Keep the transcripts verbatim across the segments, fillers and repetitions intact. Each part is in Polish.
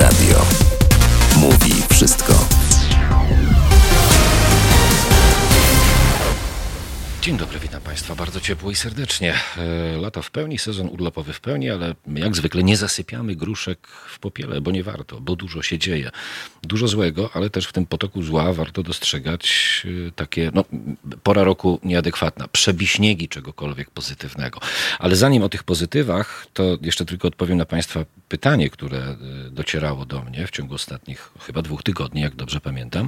Radio. Mówi wszystko. Dzień dobry, witam Państwa bardzo ciepło i serdecznie. Lata w pełni, sezon urlopowy w pełni, ale jak zwykle nie zasypiamy gruszek w popiele, bo nie warto, bo dużo się dzieje. Dużo złego, ale też w tym potoku zła warto dostrzegać takie, no, pora roku nieadekwatna, przebiśniegi czegokolwiek pozytywnego. Ale zanim o tych pozytywach, to jeszcze tylko odpowiem na Państwa pytanie, które docierało do mnie w ciągu ostatnich chyba dwóch tygodni, jak dobrze pamiętam.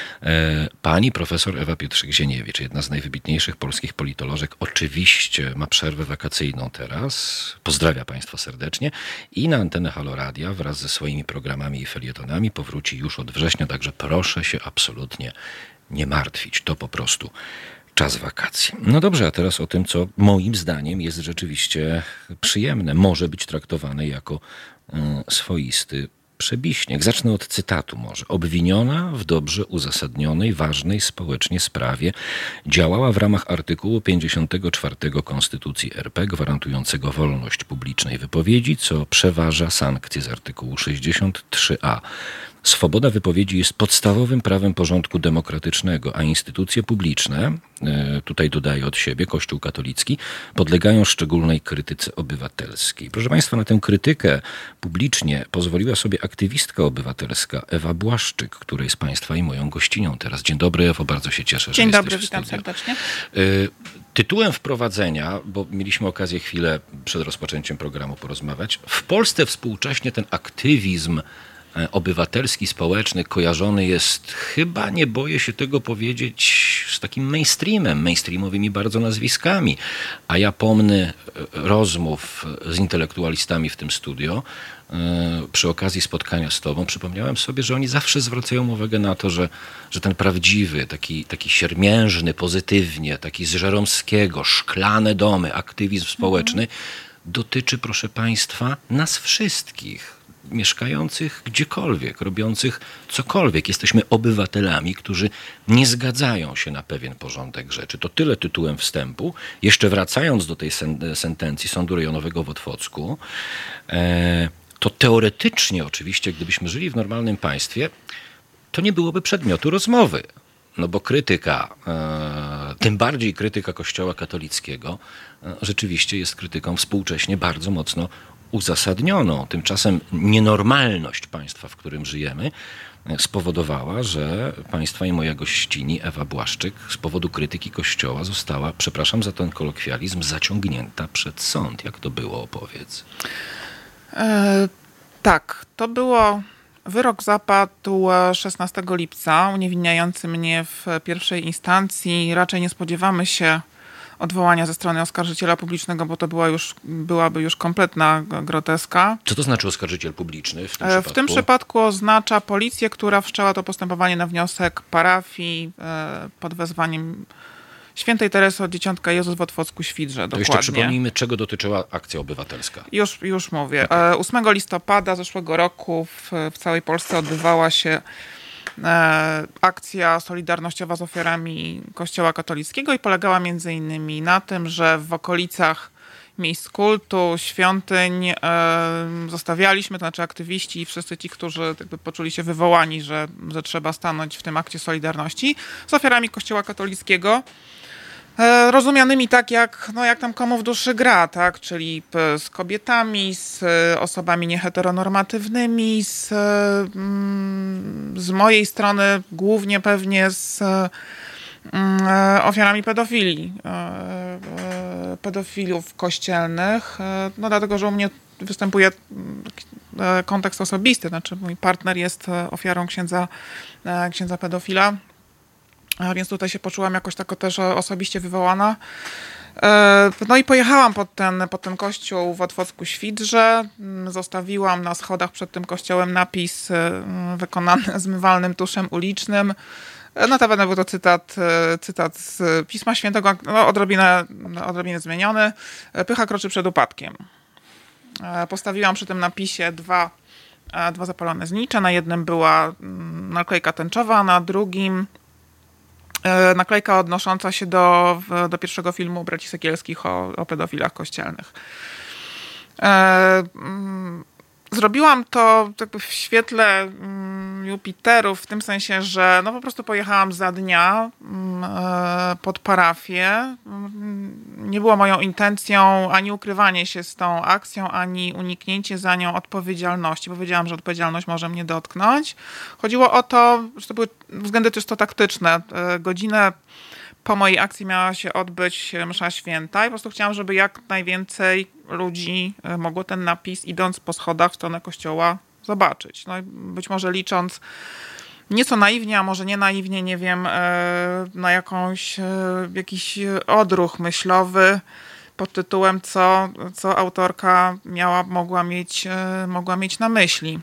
Pani profesor Ewa Pietrzyk-Zieniewicz, jedna z najwybitniejszych polskich politolożek, oczywiście ma przerwę wakacyjną teraz. Pozdrawia Państwa serdecznie i na antenę Halo Radia wraz ze swoimi programami i felietonami powróci już od września, także proszę się absolutnie nie martwić. To po prostu czas wakacji. No dobrze, a teraz o tym, co moim zdaniem jest rzeczywiście przyjemne. Może być traktowane jako y, swoisty przebiśnieg. Zacznę od cytatu może. Obwiniona w dobrze uzasadnionej, ważnej społecznie sprawie działała w ramach artykułu pięćdziesiątego czwartego Konstytucji R P gwarantującego wolność publicznej wypowiedzi, co przeważa sankcje z artykułu sześćdziesiąt trzy a. Swoboda wypowiedzi jest podstawowym prawem porządku demokratycznego, a instytucje publiczne, tutaj dodaję od siebie, Kościół katolicki, podlegają szczególnej krytyce obywatelskiej. Proszę Państwa, na tę krytykę publicznie pozwoliła sobie aktywistka obywatelska Ewa Błaszczyk, która jest Państwa i moją gościnią teraz. Dzień dobry, Ewo, bardzo się cieszę, Dzień że dobry, jesteś w witam studiu. serdecznie. Tytułem wprowadzenia, bo mieliśmy okazję chwilę przed rozpoczęciem programu porozmawiać, w Polsce współcześnie ten aktywizm obywatelski, społeczny kojarzony jest, chyba nie boję się tego powiedzieć, z takim mainstreamem, mainstreamowymi bardzo nazwiskami. A ja pomnę rozmów z intelektualistami w tym studio przy okazji spotkania z tobą. Przypomniałem sobie, że oni zawsze zwracają uwagę na to, że, że ten prawdziwy, taki, taki siermiężny, pozytywnie, taki z Żeromskiego, szklane domy, aktywizm społeczny mhm. dotyczy, proszę Państwa, nas wszystkich. Mieszkających gdziekolwiek, robiących cokolwiek. Jesteśmy obywatelami, którzy nie zgadzają się na pewien porządek rzeczy. To tyle tytułem wstępu. Jeszcze wracając do tej sen- sentencji Sądu Rejonowego w Otwocku, e, to teoretycznie oczywiście, gdybyśmy żyli w normalnym państwie, to nie byłoby przedmiotu rozmowy. No bo krytyka, e, tym bardziej krytyka Kościoła katolickiego, e, rzeczywiście jest krytyką współcześnie bardzo mocno uzasadnioną. Tymczasem nienormalność państwa, w którym żyjemy, spowodowała, że państwa i moja gościni Ewa Błaszczyk z powodu krytyki Kościoła została, przepraszam za ten kolokwializm, zaciągnięta przed sąd. Jak to było? Opowiedz. E, tak, to było... Wyrok zapadł szesnastego lipca, uniewinniający mnie w pierwszej instancji. Raczej nie spodziewamy się odwołania ze strony oskarżyciela publicznego, bo to była już, byłaby już kompletna groteska. Co to znaczy oskarżyciel publiczny w tym w przypadku? W tym przypadku oznacza policję, która wszczęła to postępowanie na wniosek parafii pod wezwaniem Świętej Teresy od Dzieciątka Jezus w Otwocku-Świdrze. To jeszcze przypomnijmy, czego dotyczyła akcja obywatelska. Już, już mówię. Okay. ósmego listopada zeszłego roku w, w całej Polsce odbywała się e, akcja solidarnościowa z ofiarami Kościoła katolickiego i polegała między innymi na tym, że w okolicach miejsc kultu, świątyń e, zostawialiśmy, to znaczy aktywiści i wszyscy ci, którzy jakby poczuli się wywołani, że, że trzeba stanąć w tym akcie solidarności z ofiarami Kościoła katolickiego. Rozumianymi tak, jak, no jak tam komu w duszy gra, tak? Czyli z kobietami, z osobami nieheteronormatywnymi, z, z mojej strony głównie pewnie z ofiarami pedofilii, pedofilów kościelnych, no dlatego, że u mnie występuje kontekst osobisty, znaczy mój partner jest ofiarą księdza, księdza pedofila. A więc tutaj się poczułam jakoś tak też osobiście wywołana. No i pojechałam pod ten, pod ten kościół w Otwocku-Świdrze. Zostawiłam na schodach przed tym kościołem napis wykonany zmywalnym tuszem ulicznym. Notabene był to cytat, cytat z Pisma Świętego, no odrobinę, odrobinę zmieniony. Pycha kroczy przed upadkiem. Postawiłam przy tym napisie dwa, dwa zapalone znicze. Na jednym była naklejka tęczowa, a na drugim naklejka odnosząca się do, do pierwszego filmu braci Sekielskich o, o pedofilach kościelnych. Zrobiłam to jakby w świetle Jupiterów, w tym sensie, że no po prostu pojechałam za dnia pod parafię. Nie było moją intencją ani ukrywanie się z tą akcją, ani uniknięcie za nią odpowiedzialności. Powiedziałam, że odpowiedzialność może mnie dotknąć. Chodziło o to, że to były względy czysto taktyczne. Godzinę po mojej akcji miała się odbyć msza święta i po prostu chciałam, żeby jak najwięcej ludzi mogło ten napis, idąc po schodach w stronę kościoła, zobaczyć. No i być może licząc nieco naiwnie, a może nie naiwnie, nie wiem, na jakąś, jakiś odruch myślowy pod tytułem, co, co autorka miała, mogła mieć, mogła mieć na myśli.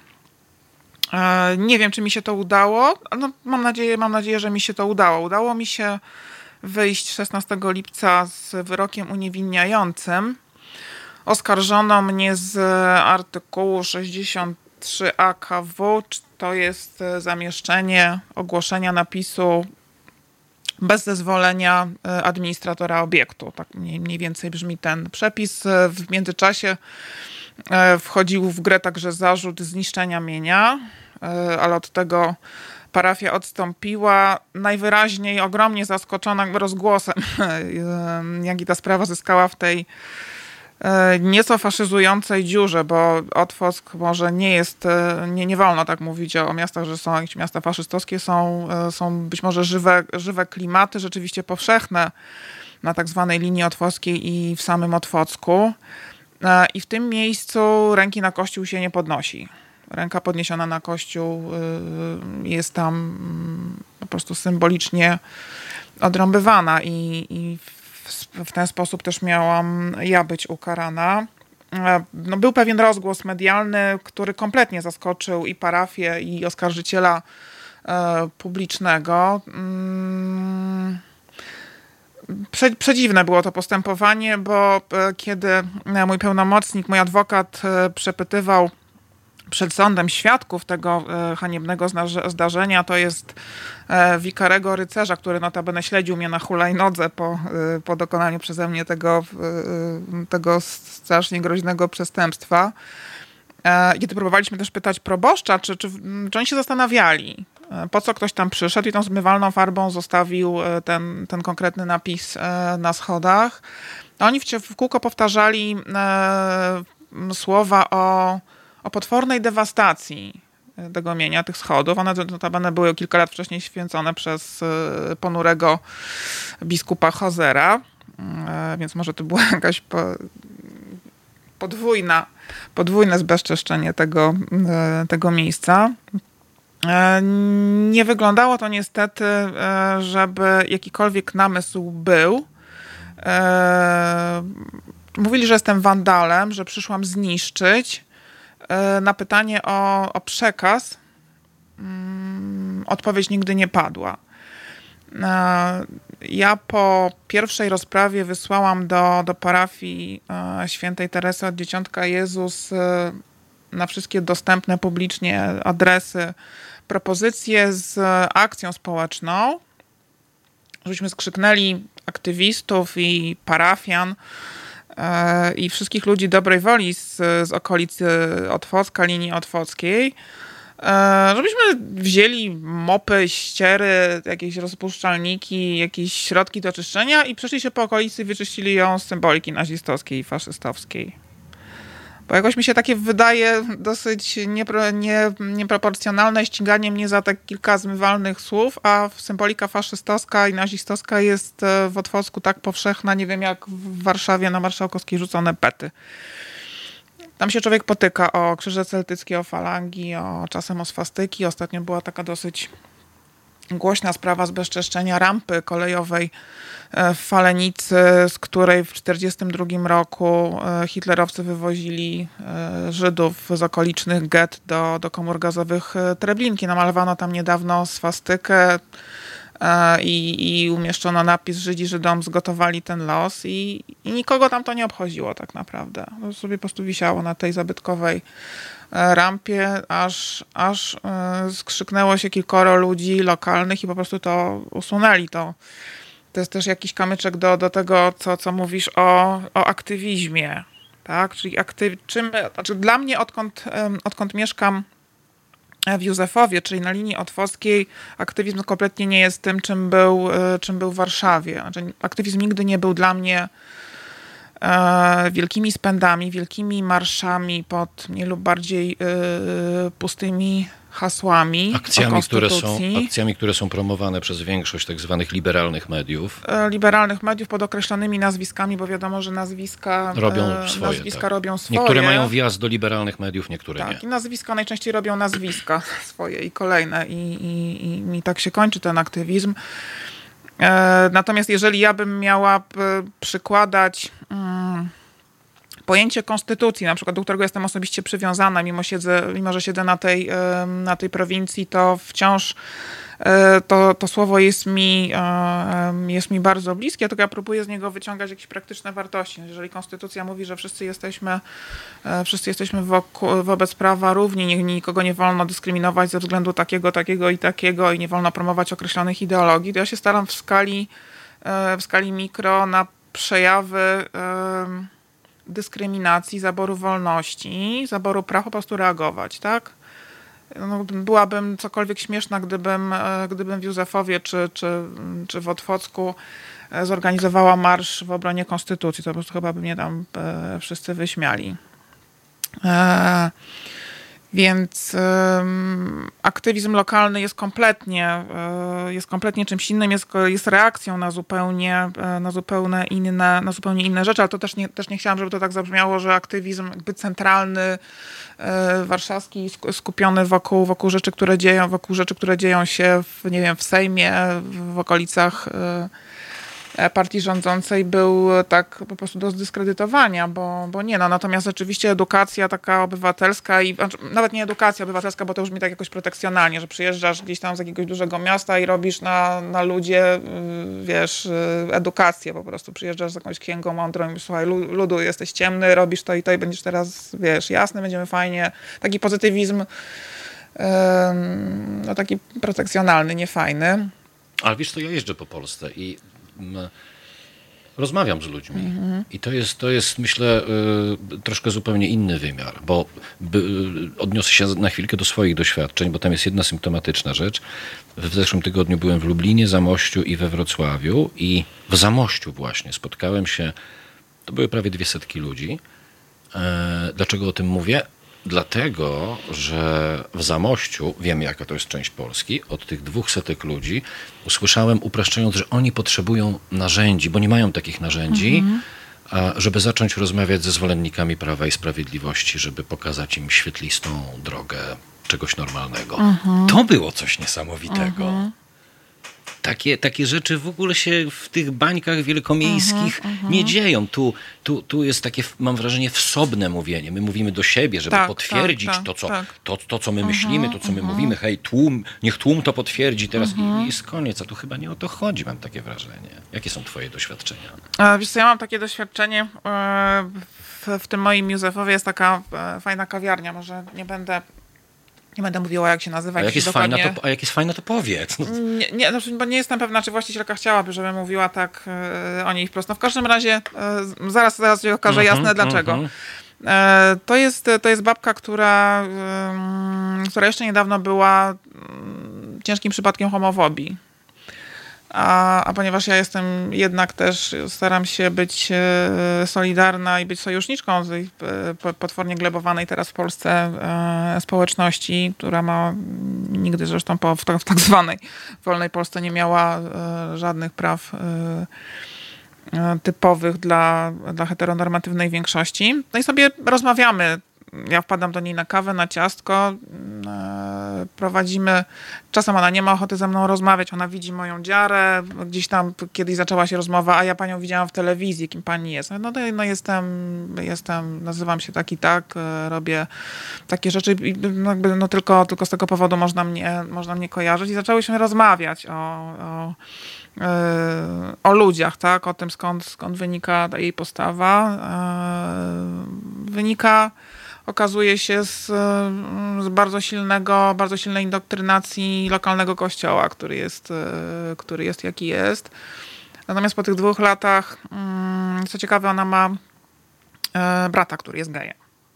Nie wiem, czy mi się to udało. No, mam nadzieję, mam nadzieję, że mi się to udało. Udało mi się wyjść szesnastego lipca z wyrokiem uniewinniającym. Oskarżono mnie z artykułu sześćdziesiąt trzy A K W, to jest zamieszczenie ogłoszenia napisu bez zezwolenia administratora obiektu. Tak mniej więcej brzmi ten przepis. W międzyczasie wchodził w grę także zarzut zniszczenia mienia, ale od tego parafia odstąpiła. Najwyraźniej ogromnie zaskoczona rozgłosem, jak i ta sprawa zyskała w tej nieco faszyzującej dziurze, bo Otwock może nie jest, nie, nie wolno tak mówić o, o miastach, że są jakieś miasta faszystowskie, są, są być może żywe, żywe klimaty, rzeczywiście powszechne na tak zwanej linii otwockiej i w samym Otwocku. I w tym miejscu ręki na kościół się nie podnosi. Ręka podniesiona na kościół jest tam po prostu symbolicznie odrąbywana i, i w ten sposób też miałam ja być ukarana. No, był pewien rozgłos medialny, który kompletnie zaskoczył i parafię, i oskarżyciela e, publicznego. Mm. Prze, przedziwne było to postępowanie, bo e, kiedy mój pełnomocnik, mój adwokat e, przepytywał przed sądem świadków tego e, haniebnego zdarzenia, to jest e, wikarego rycerza, który notabene śledził mnie na hulajnodze po, e, po dokonaniu przeze mnie tego, e, tego strasznie groźnego przestępstwa. E, kiedy próbowaliśmy też pytać proboszcza, czy, czy, czy oni się zastanawiali, e, po co ktoś tam przyszedł i tą zmywalną farbą zostawił e, ten, ten konkretny napis e, na schodach. A oni w, w kółko powtarzali e, słowa o o potwornej dewastacji tego mienia, tych schodów. One notabene były kilka lat wcześniej święcone przez ponurego biskupa Hozera, więc może to była jakaś podwójna, podwójne zbezczeszczenie tego, tego miejsca. Nie wyglądało to niestety, żeby jakikolwiek namysł był. Mówili, że jestem wandalem, że przyszłam zniszczyć. Na pytanie o, o przekaz um, odpowiedź nigdy nie padła. Ja po pierwszej rozprawie wysłałam do, do parafii Świętej Teresy od Dzieciątka Jezus na wszystkie dostępne publicznie adresy propozycje z akcją społeczną, żebyśmy skrzyknęli aktywistów i parafian i wszystkich ludzi dobrej woli z, z okolicy Otwocka, linii otwockiej, żebyśmy wzięli mopy, ściery, jakieś rozpuszczalniki, jakieś środki do czyszczenia i przeszli się po okolicy i wyczyścili ją z symboliki nazistowskiej i faszystowskiej. Bo jakoś mi się takie wydaje dosyć niepro, nie, nieproporcjonalne ściganie mnie za te kilka zmywalnych słów, a symbolika faszystowska i nazistowska jest w Otwocku tak powszechna, nie wiem jak w Warszawie na Marszałkowskiej rzucone pety. Tam się człowiek potyka o krzyże celtyckie, o falangi, o czasem o swastyki. Ostatnio była taka dosyć głośna sprawa zbezczeszczenia rampy kolejowej w Falenicy, z której w tysiąc dziewięćset czterdziestym drugim roku hitlerowcy wywozili Żydów z okolicznych gett do, do komór gazowych Treblinki. Namalowano tam niedawno swastykę i, i umieszczono napis Żydzi Żydom zgotowali ten los i, i nikogo tam to nie obchodziło tak naprawdę. To sobie po prostu wisiało na tej zabytkowej rampie, aż, aż skrzyknęło się kilkoro ludzi lokalnych i po prostu to usunęli. To, to jest też jakiś kamyczek do, do tego, co, co mówisz o, o aktywizmie. tak? Czyli aktyw, czym, znaczy dla mnie, odkąd, odkąd mieszkam w Józefowie, czyli na linii otwockiej, aktywizm kompletnie nie jest tym, czym był, czym był w Warszawie. Znaczy, aktywizm nigdy nie był dla mnie e, wielkimi spędami, wielkimi marszami pod mniej lub bardziej e, pustymi hasłami akcjami, które są, akcjami, które są promowane przez większość tak zwanych liberalnych mediów. Liberalnych mediów pod określonymi nazwiskami, bo wiadomo, że nazwiska robią swoje. Nazwiska tak. robią swoje. Niektóre mają wjazd do liberalnych mediów, niektóre tak, nie. I nazwiska najczęściej robią nazwiska swoje i kolejne. I, i, i, i tak się kończy ten aktywizm. E, natomiast jeżeli ja bym miała p- przykładać... Mm, pojęcie konstytucji, na przykład do którego jestem osobiście przywiązana, mimo, siedzę, mimo że siedzę na tej, na tej prowincji, to wciąż to, to słowo jest mi, jest mi bardzo bliskie, tylko ja próbuję z niego wyciągać jakieś praktyczne wartości. Jeżeli konstytucja mówi, że wszyscy jesteśmy, wszyscy jesteśmy wokół, wobec prawa równi, nikogo nie wolno dyskryminować ze względu takiego, takiego i takiego i nie wolno promować określonych ideologii, to ja się staram w skali, w skali mikro na przejawy dyskryminacji, zaboru wolności, zaboru praw po prostu reagować, tak? No, byłabym cokolwiek śmieszna, gdybym, gdybym w Józefowie czy, czy, czy w Otwocku zorganizowała marsz w obronie konstytucji. To po prostu chyba by mnie tam wszyscy wyśmiali. E, Więc um, aktywizm lokalny jest kompletnie, y, jest kompletnie czymś innym, jest, jest reakcją na zupełnie, na zupełnie inne, na zupełnie inne rzeczy, ale to też nie, też nie chciałam, żeby to tak zabrzmiało, że aktywizm jakby centralny, y, warszawski, skupiony wokół, wokół rzeczy, które dzieją, wokół rzeczy, które dzieją się w, nie wiem, w Sejmie, w okoliczach y, partii rządzącej był tak po prostu do zdyskredytowania, bo, bo nie, no natomiast rzeczywiście edukacja taka obywatelska i znaczy, nawet nie edukacja obywatelska, bo to już mi tak jakoś protekcjonalnie, że przyjeżdżasz gdzieś tam z jakiegoś dużego miasta i robisz na, na ludzie, wiesz, edukację po prostu. Przyjeżdżasz z jakąś księgą mądrą i mówisz, słuchaj, ludu, jesteś ciemny, robisz to i to i będziesz teraz, wiesz, jasny, będziemy fajnie. Taki pozytywizm no taki protekcjonalny, niefajny. Ale wiesz co, ja jeżdżę po Polsce i rozmawiam z ludźmi mhm. i to jest, to jest myślę y, troszkę zupełnie inny wymiar, bo by, y, odniosę się na chwilkę do swoich doświadczeń, bo tam jest jedna symptomatyczna rzecz. W zeszłym tygodniu byłem w Lublinie, Zamościu i we Wrocławiu i w Zamościu właśnie spotkałem się, to były prawie dwie setki ludzi. E, dlaczego o tym mówię? Dlatego, że w Zamościu, wiem jaka to jest część Polski, od tych dwóch setek ludzi usłyszałem, upraszczając, że oni potrzebują narzędzi, bo nie mają takich narzędzi, mhm. a żeby zacząć rozmawiać ze zwolennikami Prawa i Sprawiedliwości, żeby pokazać im świetlistą drogę czegoś normalnego. Mhm. To było coś niesamowitego. Mhm. Takie, takie rzeczy w ogóle się w tych bańkach wielkomiejskich uh-huh, uh-huh. nie dzieją. Tu, tu, tu jest takie, mam wrażenie, wsobne mówienie. My mówimy do siebie, żeby tak, potwierdzić tak, to, co, tak. to, to, co my uh-huh, myślimy, to, co uh-huh. my mówimy. Hej, tłum, niech tłum to potwierdzi teraz uh-huh. i, i jest koniec. A tu chyba nie o to chodzi, mam takie wrażenie. Jakie są twoje doświadczenia? Wiesz co, ja mam takie doświadczenie. W, w tym moim Józefowie jest taka fajna kawiarnia. Może nie będę Nie będę mówiła, jak się nazywa. A jak, jak jest, dokładnie... fajna, to, a jak jest fajna, to powiedz. No. Nie, nie, znaczy, bo nie jestem pewna, czy właścicielka chciałaby, żebym mówiła tak e, o niej wprost. No w każdym razie e, zaraz, zaraz się okaże jasne mm-hmm, dlaczego. Mm-hmm. E, to, jest, to jest babka, która, e, która jeszcze niedawno była e, ciężkim przypadkiem homofobii. A, a ponieważ ja jestem jednak też, staram się być solidarna i być sojuszniczką tej potwornie glebowanej teraz w Polsce e, społeczności, która ma nigdy zresztą po, w, w tak zwanej wolnej Polsce nie miała e, żadnych praw e, e, typowych dla, dla heteronormatywnej większości. No i sobie rozmawiamy. Ja wpadam do niej na kawę, na ciastko, e, prowadzimy, czasem ona nie ma ochoty ze mną rozmawiać, ona widzi moją dziarę, gdzieś tam kiedyś zaczęła się rozmowa, a ja panią widziałam w telewizji, kim pani jest. No, no jestem, jestem, nazywam się tak i tak, e, robię takie rzeczy, no, jakby, no tylko, tylko z tego powodu można mnie, można mnie kojarzyć i zaczęłyśmy rozmawiać o, o o ludziach, tak, o tym skąd, skąd wynika jej postawa. Wynika, okazuje się, z, z bardzo silnego, bardzo silnej indoktrynacji lokalnego kościoła, który jest, który jest jaki jest. Natomiast po tych dwóch latach, co ciekawe, ona ma brata, który jest gejem.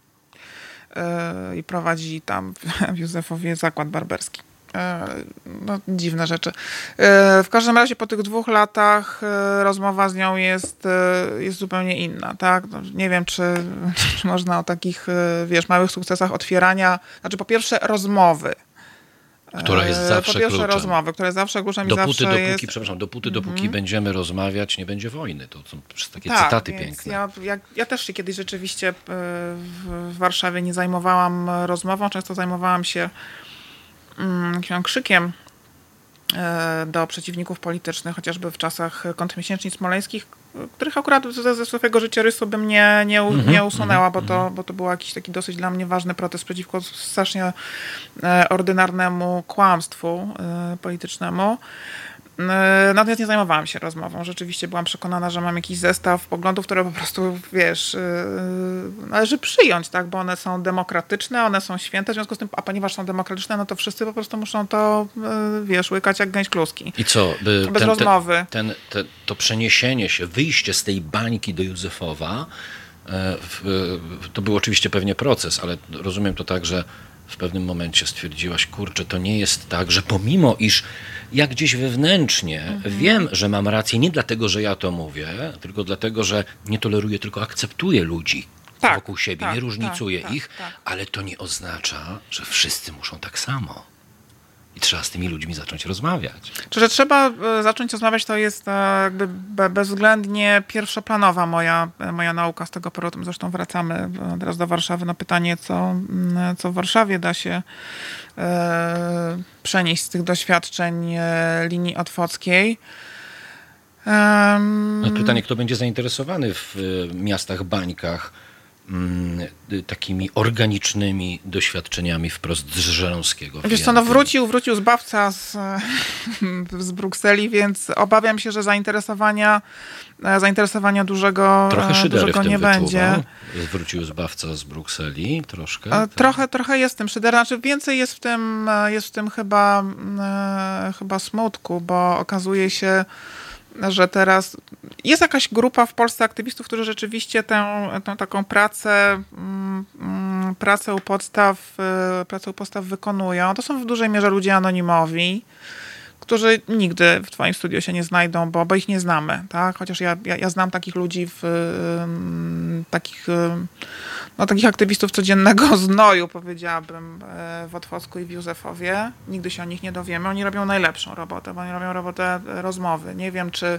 I prowadzi tam w Józefowie zakład barberski. No, dziwne rzeczy. W każdym razie po tych dwóch latach rozmowa z nią jest, jest zupełnie inna. Tak? No, nie wiem, czy, czy można o takich, wiesz, małych sukcesach otwierania. Znaczy, po pierwsze, rozmowy. Która jest zawsze po pierwsze, kluczem. rozmowy, która jest zawsze kluczem Dopóty, i zawsze dopóki, jest... przepraszam, dopóty, Mhm. dopóki będziemy rozmawiać, nie będzie wojny. To są takie tak, cytaty więc piękne. Ja, ja, ja też się kiedyś rzeczywiście w, w Warszawie nie zajmowałam rozmową. Często zajmowałam się mm, krzykiem do przeciwników politycznych, chociażby w czasach kontrmiesięcznic smoleńskich, których akurat ze, ze swojego życiorysu bym nie, nie, mm-hmm, nie usunęła, mm-hmm. bo, to, bo to był jakiś taki dosyć dla mnie ważny protest przeciwko strasznie ordynarnemu kłamstwu politycznemu. Natomiast nie zajmowałam się rozmową. Rzeczywiście byłam przekonana, że mam jakiś zestaw poglądów, które po prostu, wiesz, należy przyjąć, tak, bo one są demokratyczne, one są święte, w związku z tym, a ponieważ są demokratyczne, no to wszyscy po prostu muszą to, wiesz, łykać jak gęś kluski. I co? By Bez ten, rozmowy. Ten, ten, te, to przeniesienie się, wyjście z tej bańki do Józefowa, to był oczywiście pewnie proces, ale rozumiem to tak, że w pewnym momencie stwierdziłaś, kurczę, to nie jest tak, że pomimo iż ja gdzieś wewnętrznie mhm. wiem, że mam rację nie dlatego, że ja to mówię, tylko dlatego, że nie toleruję, tylko akceptuję ludzi tak, wokół siebie, tak, nie różnicuję tak, ich, tak, tak. ale to nie oznacza, że wszyscy muszą tak samo. I trzeba z tymi ludźmi zacząć rozmawiać. Czy że trzeba zacząć rozmawiać, to jest jakby bezwzględnie pierwszoplanowa moja, moja nauka z tego powodu. Zresztą wracamy teraz do Warszawy na pytanie, co, co w Warszawie da się e, przenieść z tych doświadczeń e, linii otwockiej. Um, pytanie, kto będzie zainteresowany w miastach, bańkach, takimi organicznymi doświadczeniami wprost z Żeromskiego. Wiesz co, no wrócił, wrócił zbawca z, z Brukseli, więc obawiam się, że zainteresowania, zainteresowania dużego, trochę szydery dużego w tym nie wyczuwa. będzie. Wrócił zbawca z Brukseli, troszkę. Tak? Trochę, trochę jest w tym szyder, znaczy więcej jest w tym, jest w tym chyba, chyba smutku, bo okazuje się, że teraz jest jakaś grupa w Polsce aktywistów, którzy rzeczywiście tę, tę taką pracę, pracę u podstaw, pracę u podstaw wykonują. To są w dużej mierze ludzie anonimowi, którzy nigdy w twoim studio się nie znajdą, bo, bo ich nie znamy, tak? Chociaż ja, ja, ja znam takich ludzi, w, takich, no, takich aktywistów codziennego znoju, powiedziałabym, w Otwocku i w Józefowie. Nigdy się o nich nie dowiemy. Oni robią najlepszą robotę, bo oni robią robotę rozmowy. Nie wiem, czy...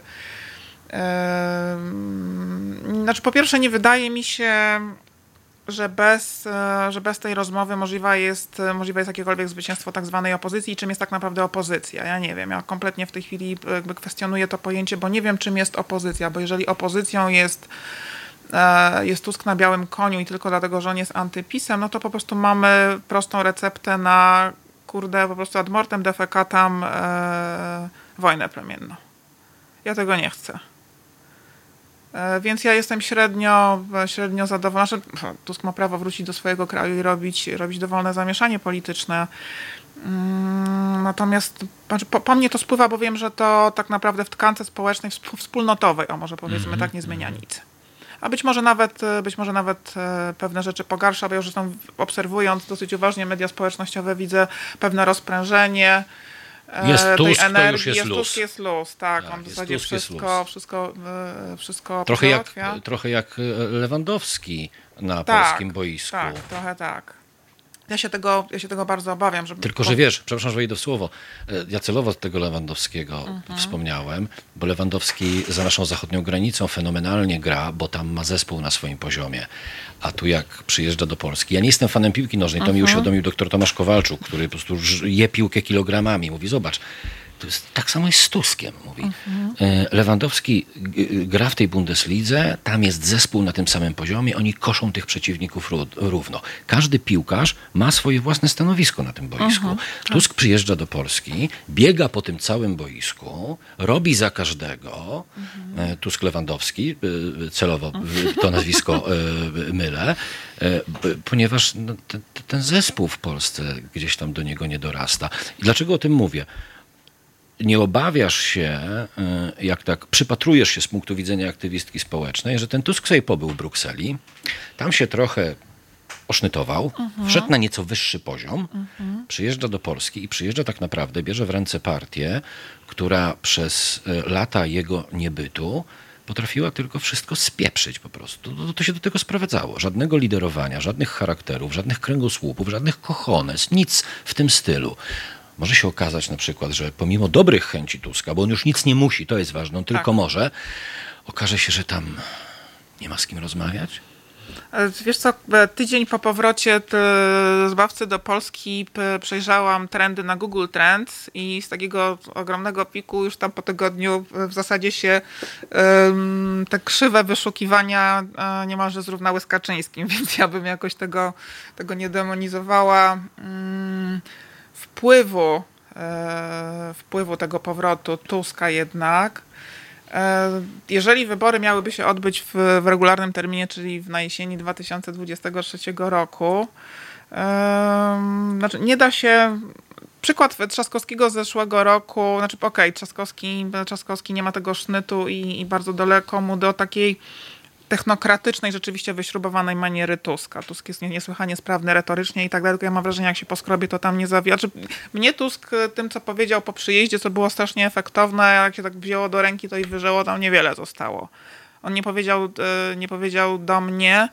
Yy, znaczy, po pierwsze, nie wydaje mi się, że bez, że bez tej rozmowy możliwe jest, możliwe jest jakiekolwiek zwycięstwo tak zwanej opozycji i czym jest tak naprawdę opozycja. Ja nie wiem, ja kompletnie w tej chwili jakby kwestionuję to pojęcie, bo nie wiem, czym jest opozycja, bo jeżeli opozycją jest, jest Tusk na białym koniu i tylko dlatego, że on jest antypisem, no to po prostu mamy prostą receptę na, kurde, po prostu ad mortem defecatam e, wojnę plemienną. Ja tego nie chcę. Więc ja jestem średnio, średnio zadowolona, że Tusk ma prawo wrócić do swojego kraju i robić, robić dowolne zamieszanie polityczne. Natomiast po, po mnie to spływa, bo wiem, że to tak naprawdę w tkance społecznej, wspólnotowej, o może powiedzmy mm-hmm. tak, nie zmienia nic. A być może nawet, być może nawet pewne rzeczy pogarsza, bo ja już zresztą obserwując dosyć uważnie media społecznościowe widzę pewne rozprężenie. Jest Tusk, tej energii, to już jest, jest luz. Tusk, jest luz, tak. tak on w zasadzie Tusk, wszystko, wszystko, wszystko trochę jak, trochę jak Lewandowski na tak, polskim boisku. Tak, trochę tak. Ja się tego, ja się tego bardzo obawiam. Żeby... Tylko, że wiesz, przepraszam, że wejdę w słowo, ja celowo tego Lewandowskiego mhm. wspomniałem, bo Lewandowski za naszą zachodnią granicą fenomenalnie gra, bo tam ma zespół na swoim poziomie. A tu jak przyjeżdża do Polski, ja nie jestem fanem piłki nożnej, to mhm. mi uświadomił doktor Tomasz Kowalczuk, który po prostu je piłkę kilogramami. Mówi, zobacz, to jest, tak samo jest z Tuskiem, mówi. Mhm. Lewandowski gra w tej Bundeslidze, tam jest zespół na tym samym poziomie, oni koszą tych przeciwników równo. Każdy piłkarz ma swoje własne stanowisko na tym boisku. Mhm. Tusk przyjeżdża do Polski, biega po tym całym boisku, robi za każdego, mhm. Tusk Lewandowski, celowo to nazwisko mylę, ponieważ no, ten, ten zespół w Polsce gdzieś tam do niego nie dorasta. I dlaczego o tym mówię? nie obawiasz się, jak tak przypatrujesz się z punktu widzenia aktywistki społecznej, że ten Tusk sobie pobył w Brukseli, tam się trochę osznytował, mhm. wszedł na nieco wyższy poziom, mhm. przyjeżdża do Polski i przyjeżdża tak naprawdę, bierze w ręce partię, która przez lata jego niebytu potrafiła tylko wszystko spieprzyć po prostu. To, to się do tego sprowadzało. Żadnego liderowania, żadnych charakterów, żadnych kręgosłupów, żadnych cojones, nic w tym stylu. Może się okazać na przykład, że pomimo dobrych chęci Tuska, bo on już nic nie musi, to jest ważne, on tylko tak. może, okaże się, że tam nie ma z kim rozmawiać. Wiesz co, tydzień po powrocie zbawcy do Polski przejrzałam trendy na Google Trends i z takiego ogromnego piku już tam po tygodniu w zasadzie się um, te krzywe wyszukiwania niemalże zrównały z Kaczyńskim, więc ja bym jakoś tego, tego nie demonizowała. Um, wpływu, e, wpływu tego powrotu Tuska jednak. Jeżeli wybory miałyby się odbyć w, w regularnym terminie, czyli w na jesieni dwa tysiące dwudziestego trzeciego roku, um, znaczy nie da się... Przykład Trzaskowskiego z zeszłego roku, znaczy okej, okay, Trzaskowski, Trzaskowski nie ma tego sznytu i, i bardzo daleko mu do takiej technokratycznej, rzeczywiście wyśrubowanej maniery Tuska. Tusk jest niesłychanie sprawny retorycznie i tak dalej, tylko ja mam wrażenie, jak się poskrobie, to tam nie zawija. Znaczy, mnie Tusk tym, co powiedział po przyjeździe, co było strasznie efektowne, jak się tak wzięło do ręki, to i wyżyło, tam niewiele zostało. On nie powiedział, nie powiedział do mnie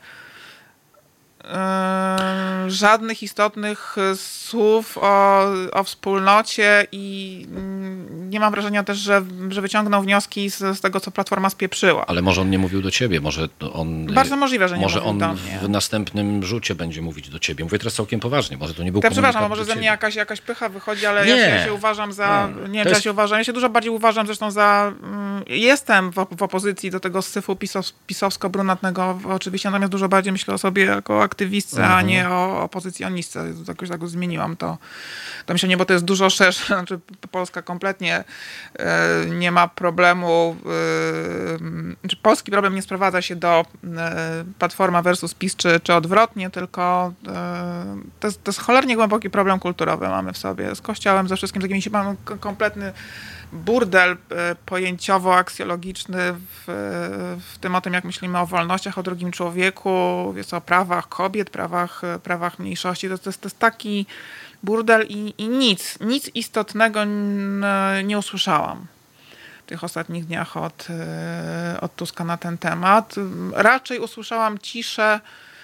Yy, żadnych istotnych słów o, o wspólnocie i yy, nie mam wrażenia też, że, że wyciągnął wnioski z, z tego, co Platforma spieprzyła. Ale może on nie mówił do ciebie, może on... Bardzo możliwe, że nie może mówił on do mnie. w następnym rzucie będzie mówić do ciebie. Mówię teraz całkiem poważnie, może to nie był ja przepraszam, komunikat może do ze ciebie. mnie jakaś, jakaś pycha wychodzi, ale nie. ja, się, ja się uważam za... Nie, nie jest... ja się uważam, ja się dużo bardziej uważam zresztą za... Yy, jestem w, w opozycji do tego syfu pisow, pisowsko-brunatnego oczywiście, natomiast dużo bardziej myślę o sobie jako aktywistce, mhm. a nie o opozycjonistce. Jakoś tak zmieniłam to, to myślenie, bo to jest dużo szersze. Znaczy, Polska kompletnie e, nie ma problemu. E, znaczy polski problem nie sprowadza się do e, Platforma versus PiS, czy, czy odwrotnie, tylko e, to, jest, to jest cholernie głęboki problem kulturowy mamy w sobie. Z Kościołem, ze wszystkim, z jakimś mamy kompletny burdel pojęciowo-aksjologiczny w, w tym o tym, jak myślimy o wolnościach, o drugim człowieku, jest o prawach kobiet, prawach, prawach mniejszości. To, to, jest, to jest taki burdel i, i nic, nic istotnego nie usłyszałam w tych ostatnich dniach od, od Tuska na ten temat. Raczej usłyszałam ciszę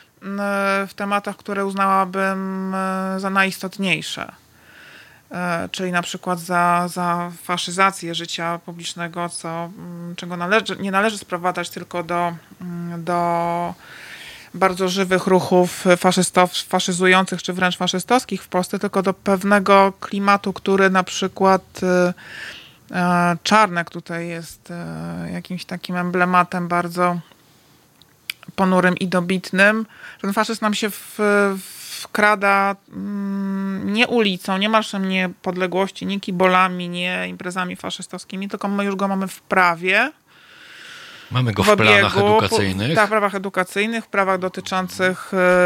w tematach, które uznałabym za najistotniejsze. Czyli na przykład za, za faszyzację życia publicznego, co, czego należy, nie należy sprowadzać tylko do, do bardzo żywych ruchów faszystow, faszyzujących czy wręcz faszystowskich w Polsce, tylko do pewnego klimatu, który na przykład Czarnek tutaj jest jakimś takim emblematem bardzo ponurym i dobitnym. Ten faszyzm nam się w, wkrada nie ulicą, nie Marszem Niepodległości, nie kibolami, nie imprezami faszystowskimi, tylko my już go mamy w prawie. Mamy go w, w obiegu, planach edukacyjnych. Tak, w prawach edukacyjnych, w prawach dotyczących,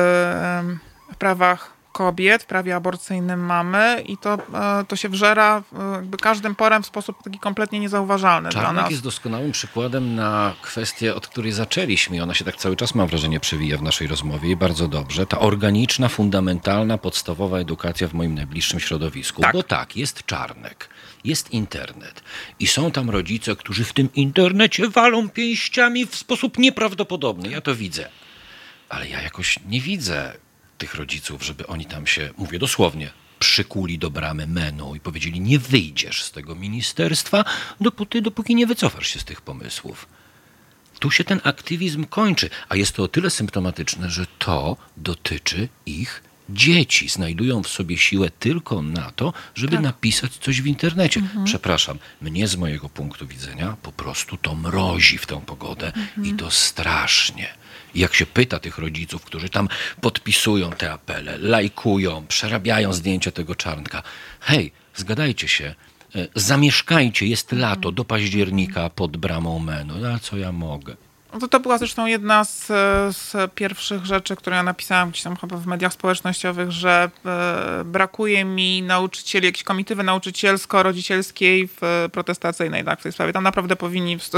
w prawach kobiet, w prawie aborcyjnym mamy i to, to się wżera jakby każdym porem w sposób taki kompletnie niezauważalny Czarnek dla nas. jest doskonałym przykładem na kwestię, od której zaczęliśmy i ona się tak cały czas, mam wrażenie, przewija w naszej rozmowie i bardzo dobrze. Ta organiczna, fundamentalna, podstawowa edukacja w moim najbliższym środowisku. Tak. Bo tak, jest Czarnek, jest internet i są tam rodzice, którzy w tym internecie walą pięściami w sposób nieprawdopodobny. Ja to widzę. Ale ja jakoś nie widzę tych rodziców, żeby oni tam się, mówię dosłownie, przykuli do bramy menu i powiedzieli, nie wyjdziesz z tego ministerstwa, dopóty, dopóki nie wycofasz się z tych pomysłów. Tu się ten aktywizm kończy, a jest to o tyle symptomatyczne, że to dotyczy ich dzieci. Znajdują w sobie siłę tylko na to, żeby tak. napisać coś w internecie. Mhm. Przepraszam, mnie z mojego punktu widzenia po prostu to mrozi w tę pogodę mhm. i to strasznie. I jak się pyta tych rodziców, którzy tam podpisują te apele, lajkują, przerabiają zdjęcia tego Czarnka. Hej, zgadajcie się, zamieszkajcie, jest lato, do października pod bramą menu. No, a co ja mogę? To, to była zresztą jedna z, z pierwszych rzeczy, które ja napisałam gdzieś tam chyba w mediach społecznościowych, że e, brakuje mi nauczycieli, jakiejś komitywy nauczycielsko-rodzicielskiej w protestacyjnej, tak, w tej sprawie. Tam naprawdę powinni stu,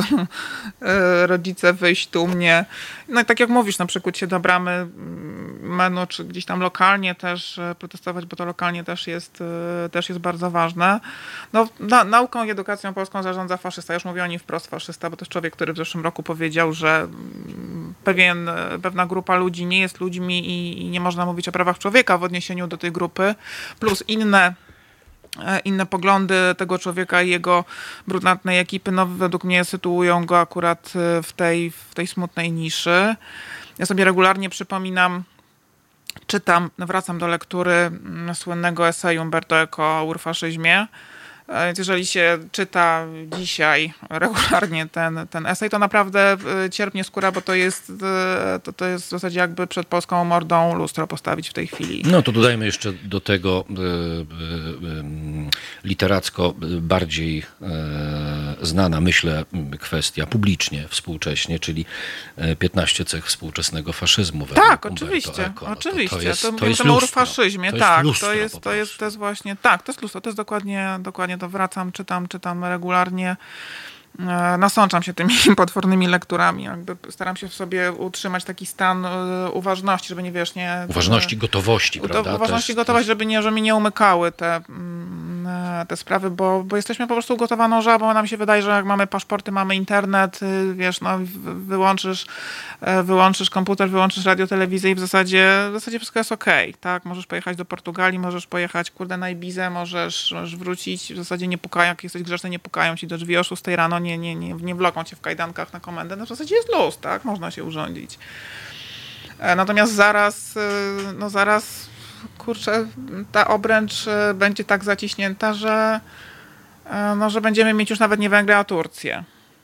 e, rodzice wyjść tu mnie. No i tak jak mówisz, na przykład się do bramy menu, czy gdzieś tam lokalnie też protestować, bo to lokalnie też jest, e, też jest bardzo ważne. No, na, nauką i edukacją polską zarządza faszysta. Już mówię o nim wprost faszysta, bo to jest człowiek, który w zeszłym roku powiedział, że pewien, pewna grupa ludzi nie jest ludźmi i, i nie można mówić o prawach człowieka w odniesieniu do tej grupy, plus inne, inne poglądy tego człowieka i jego brunatnej ekipy, no według mnie sytuują go akurat w tej, w tej smutnej niszy. Ja sobie regularnie przypominam, czytam, wracam do lektury słynnego eseju Umberto Eco o urfaszyzmie. Więc jeżeli się czyta dzisiaj regularnie ten, ten esej, to naprawdę cierpnie skóra, bo to jest, to, to jest w zasadzie jakby przed polską mordą lustro postawić w tej chwili. No to dodajmy jeszcze do tego e, e, literacko bardziej e, znana, myślę, kwestia publicznie, współcześnie, czyli piętnaście cech współczesnego faszyzmu. Tak, oczywiście, Eco. oczywiście. To, to jest, to, to jest o urfaszyzmie, to jest tak, lustro, to jest, to jest, to jest właśnie, tak, to jest lustro, to jest dokładnie, dokładnie to wracam, czytam, czytam regularnie. Nasączam się tymi potwornymi lekturami. Jakby staram się w sobie utrzymać taki stan uważności, żeby nie wiesz, nie... Uważności, gotowości, u, prawda? Uważności, też, gotowości, też... żeby, nie, żeby mi nie umykały te, te sprawy, bo, bo jesteśmy po prostu ugotowaną żabą. Nam się wydaje, że jak mamy paszporty, mamy internet, wiesz, no wyłączysz, wyłączysz komputer, wyłączysz radio, telewizję i w zasadzie, w zasadzie wszystko jest okej, okay, tak? Możesz pojechać do Portugalii, możesz pojechać, kurde, na Ibizę, możesz, możesz wrócić, w zasadzie nie pukają, jak jesteś grzeczny, nie pukają ci do drzwi o szóstej rano, nie, nie, nie, nie wloką cię w kajdankach na komendę, no w zasadzie jest luz, tak? Można się urządzić. Natomiast zaraz, no zaraz, kurczę, ta obręcz będzie tak zaciśnięta, że, no, że będziemy mieć już nawet nie Węgry, a Turcję.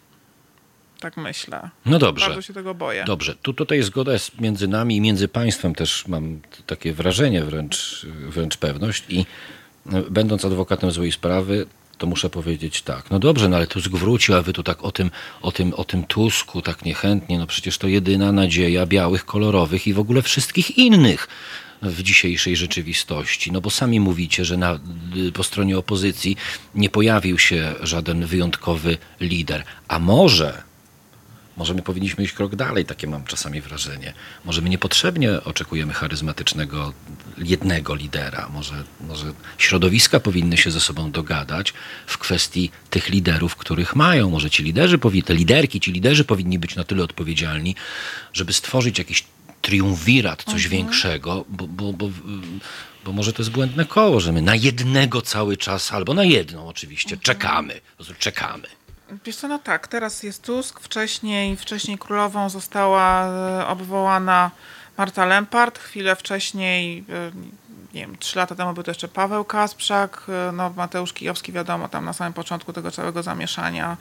Tak myślę. No dobrze. Bardzo się tego boję. Dobrze. Tu tutaj zgoda jest między nami i między państwem też mam takie wrażenie, wręcz, wręcz pewność i będąc adwokatem złej sprawy, to muszę powiedzieć tak, no dobrze, no ale Tusk wrócił, a wy tu tak o tym, o tym, o tym Tusku tak niechętnie, no przecież to jedyna nadzieja białych, kolorowych i w ogóle wszystkich innych w dzisiejszej rzeczywistości. No bo sami mówicie, że na, po stronie opozycji nie pojawił się żaden wyjątkowy lider. A może... Może my powinniśmy iść krok dalej, takie mam czasami wrażenie. Może my niepotrzebnie oczekujemy charyzmatycznego jednego lidera. Może, może środowiska powinny się ze sobą dogadać w kwestii tych liderów, których mają. Może ci liderzy, te liderki, ci liderzy powinni być na tyle odpowiedzialni, żeby stworzyć jakiś triumvirat, coś mhm. większego, bo, bo, bo, bo może to jest błędne koło, że my na jednego cały czas, albo na jedną oczywiście, mhm. czekamy. Po prostu czekamy. Wiesz co, no tak, teraz jest Tusk, wcześniej, wcześniej królową została obwołana Marta Lempart, chwilę wcześniej, nie wiem, trzy lata temu był to jeszcze Paweł Kasprzak, no Mateusz Kijowski, wiadomo, tam na samym początku tego całego zamieszania.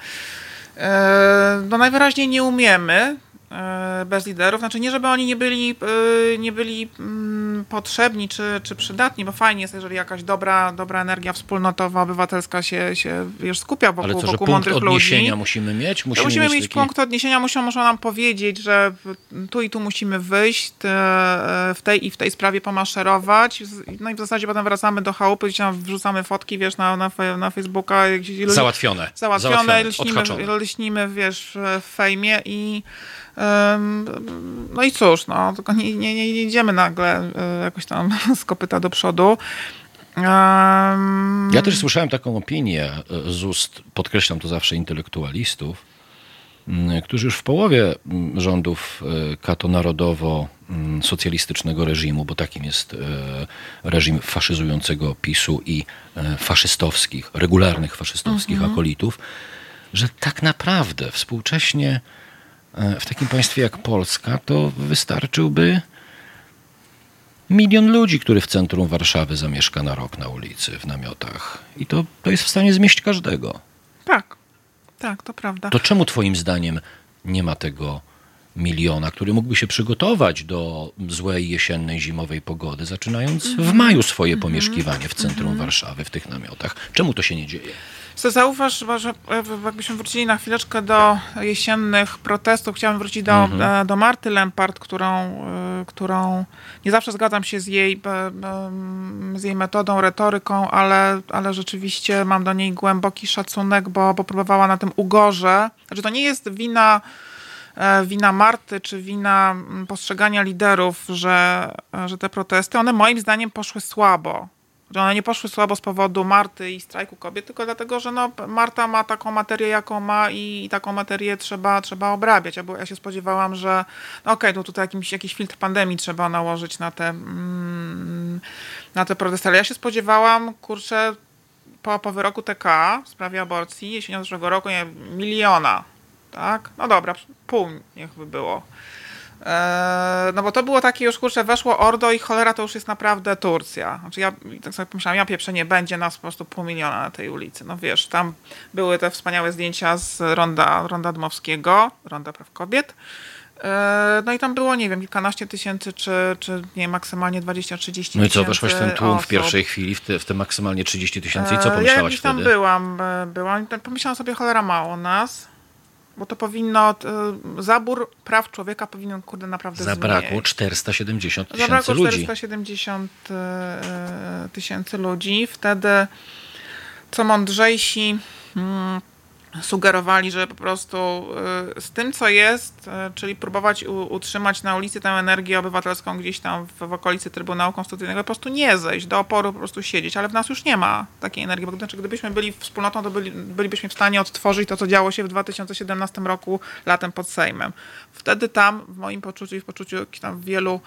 No najwyraźniej nie umiemy bez liderów, znaczy nie, żeby oni nie byli, nie byli potrzebni czy, czy przydatni, bo fajnie jest, jeżeli jakaś dobra, dobra energia wspólnotowa, obywatelska się, się wiesz, skupia wokół, Ale co, wokół że mądrych punkt ludzi. odniesienia musimy mieć? Musimy, musimy mieć, mieć taki... punkt odniesienia, muszą, muszą nam powiedzieć, że tu i tu musimy wyjść, w tej i w tej sprawie pomaszerować, no i w zasadzie potem wracamy do chałupy, gdzie tam wrzucamy fotki, wiesz, na, na, na Facebooka. Gdzieś, Załatwione. Załatwione, Załatwione. lśnimy, lśnimy, wiesz, w fejmie i no i cóż, no, tylko nie, nie, nie idziemy nagle jakoś tam z kopyta do przodu. Um... Ja też słyszałem taką opinię z ust, podkreślam to zawsze, intelektualistów, którzy już w połowie rządów kato-narodowo-socjalistycznego reżimu, bo takim jest reżim faszyzującego PiSu i faszystowskich, regularnych faszystowskich mhm. akolitów, że tak naprawdę współcześnie w takim państwie jak Polska to wystarczyłby milion ludzi, który w centrum Warszawy zamieszka na rok na ulicy w namiotach. I to, to jest w stanie zmieścić każdego. Tak, tak, to prawda. To czemu twoim zdaniem nie ma tego miliona, który mógłby się przygotować do złej jesiennej, zimowej pogody, zaczynając mm-hmm. w maju swoje mm-hmm. pomieszkiwanie w centrum mm-hmm. Warszawy, w tych namiotach? Czemu to się nie dzieje? Zauważ, że jakbyśmy wrócili na chwileczkę do jesiennych protestów, chciałam wrócić do, mhm. do Marty Lempart, którą, którą nie zawsze zgadzam się z jej, z jej metodą, retoryką, ale, ale rzeczywiście mam do niej głęboki szacunek, bo, bo próbowała na tym ugorze. Znaczy, to nie jest wina wina Marty, czy wina postrzegania liderów, że, że te protesty, one moim zdaniem poszły słabo. Że one nie poszły słabo z powodu Marty i strajku kobiet, tylko dlatego, że no, Marta ma taką materię, jaką ma i, i taką materię trzeba, trzeba obrabiać. Ja, ja się spodziewałam, że no okej, okay, tutaj jakiś, jakiś filtr pandemii trzeba nałożyć na te, mm, na te protesty. Ale ja się spodziewałam, kurczę, po, po wyroku T K w sprawie aborcji jesienią zeszłego roku, nie, miliona. Tak? No dobra, pół niech by było. Eee, no bo to było takie już, kurczę, weszło Ordo i cholera, to już jest naprawdę Turcja. Znaczy ja tak sobie pomyślałam, ja pieprzę, nie będzie nas po prostu pół miliona na tej ulicy. No wiesz, tam były te wspaniałe zdjęcia z Ronda, Ronda Dmowskiego, Ronda Praw Kobiet. Eee, no i tam było, nie wiem, kilkanaście tysięcy, czy, czy nie, maksymalnie dwadzieścia trzydzieści tysięcy. No i co, weszłaś w ten tłum osób w pierwszej chwili, w te, w te maksymalnie trzydzieści tysięcy i co pomyślałaś eee, ja wtedy? tam byłam, byłam, pomyślałam sobie, cholera, mało nas. Bo to powinno, zabór praw człowieka powinien, kurde, naprawdę Zabrakło zmniejszyć. czterysta siedemdziesiąt tysięcy Zabrakło ludzi. czterysta siedemdziesiąt tysięcy ludzi. Wtedy co mądrzejsi hmm, sugerowali, że po prostu y, z tym, co jest, y, czyli próbować u, utrzymać na ulicy tę energię obywatelską gdzieś tam w, w okolicy Trybunału Konstytucyjnego, po prostu nie zejść, do oporu po prostu siedzieć, ale w nas już nie ma takiej energii, bo znaczy, gdybyśmy byli wspólnotą, to byli, bylibyśmy w stanie odtworzyć to, co działo się w dwa tysiące siedemnastym roku latem pod Sejmem. Wtedy tam, w moim poczuciu i w poczuciu tam wielu,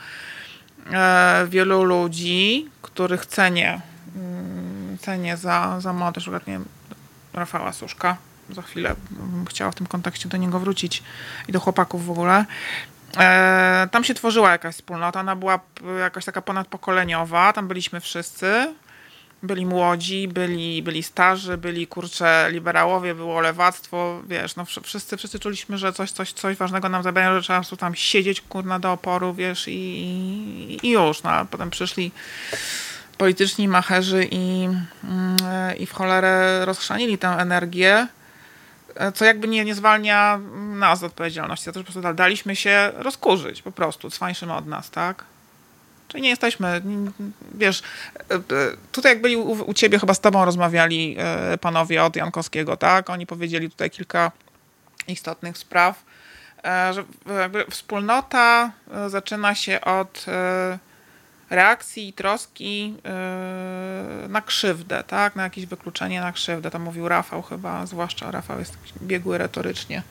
e, wielu ludzi, których cenię, mm, cenię za, za młodość, na przykład, nie wiem, Rafała Suszka, za chwilę bym chciała w tym kontekście do niego wrócić i do chłopaków w ogóle. E, tam się tworzyła jakaś wspólnota, ona była jakaś taka ponadpokoleniowa, tam byliśmy wszyscy, byli młodzi, byli, byli starzy, byli, kurcze, liberałowie, było lewactwo, wiesz, no wszyscy, wszyscy czuliśmy, że coś, coś, coś ważnego nam zabierają, że trzeba tu tam siedzieć, kurna, do oporu, wiesz, i, i, i już, no, a potem przyszli polityczni macherzy i, i w cholerę rozchrzanili tę energię, co jakby nie, nie zwalnia nas z odpowiedzialności. Za to, że po prostu daliśmy się rozkurzyć po prostu, cwańszymy od nas, tak? Czyli nie jesteśmy, wiesz, tutaj jak byli u, u ciebie, chyba z tobą rozmawiali panowie od Jankowskiego, tak? Oni powiedzieli tutaj kilka istotnych spraw, że jakby wspólnota zaczyna się od reakcji i troski yy, na krzywdę, tak? Na jakieś wykluczenie, na krzywdę. To mówił Rafał chyba, zwłaszcza Rafał jest biegły retorycznie.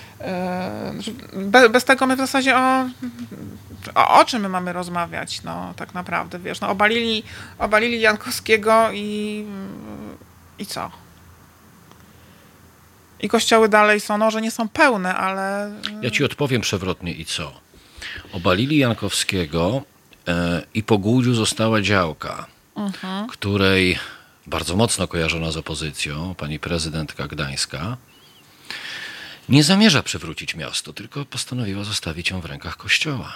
Yy, bez, bez tego my w zasadzie o, o, o czym my mamy rozmawiać, no tak naprawdę, wiesz, no obalili, obalili Jankowskiego i, i co? I kościoły dalej są, no, że nie są pełne, ale... Ja ci odpowiem przewrotnie i co? Obalili Jankowskiego i po Głudziu została działka, uh-huh. której bardzo mocno kojarzona z opozycją, pani prezydentka Gdańska, nie zamierza przywrócić miasto, tylko postanowiła zostawić ją w rękach Kościoła.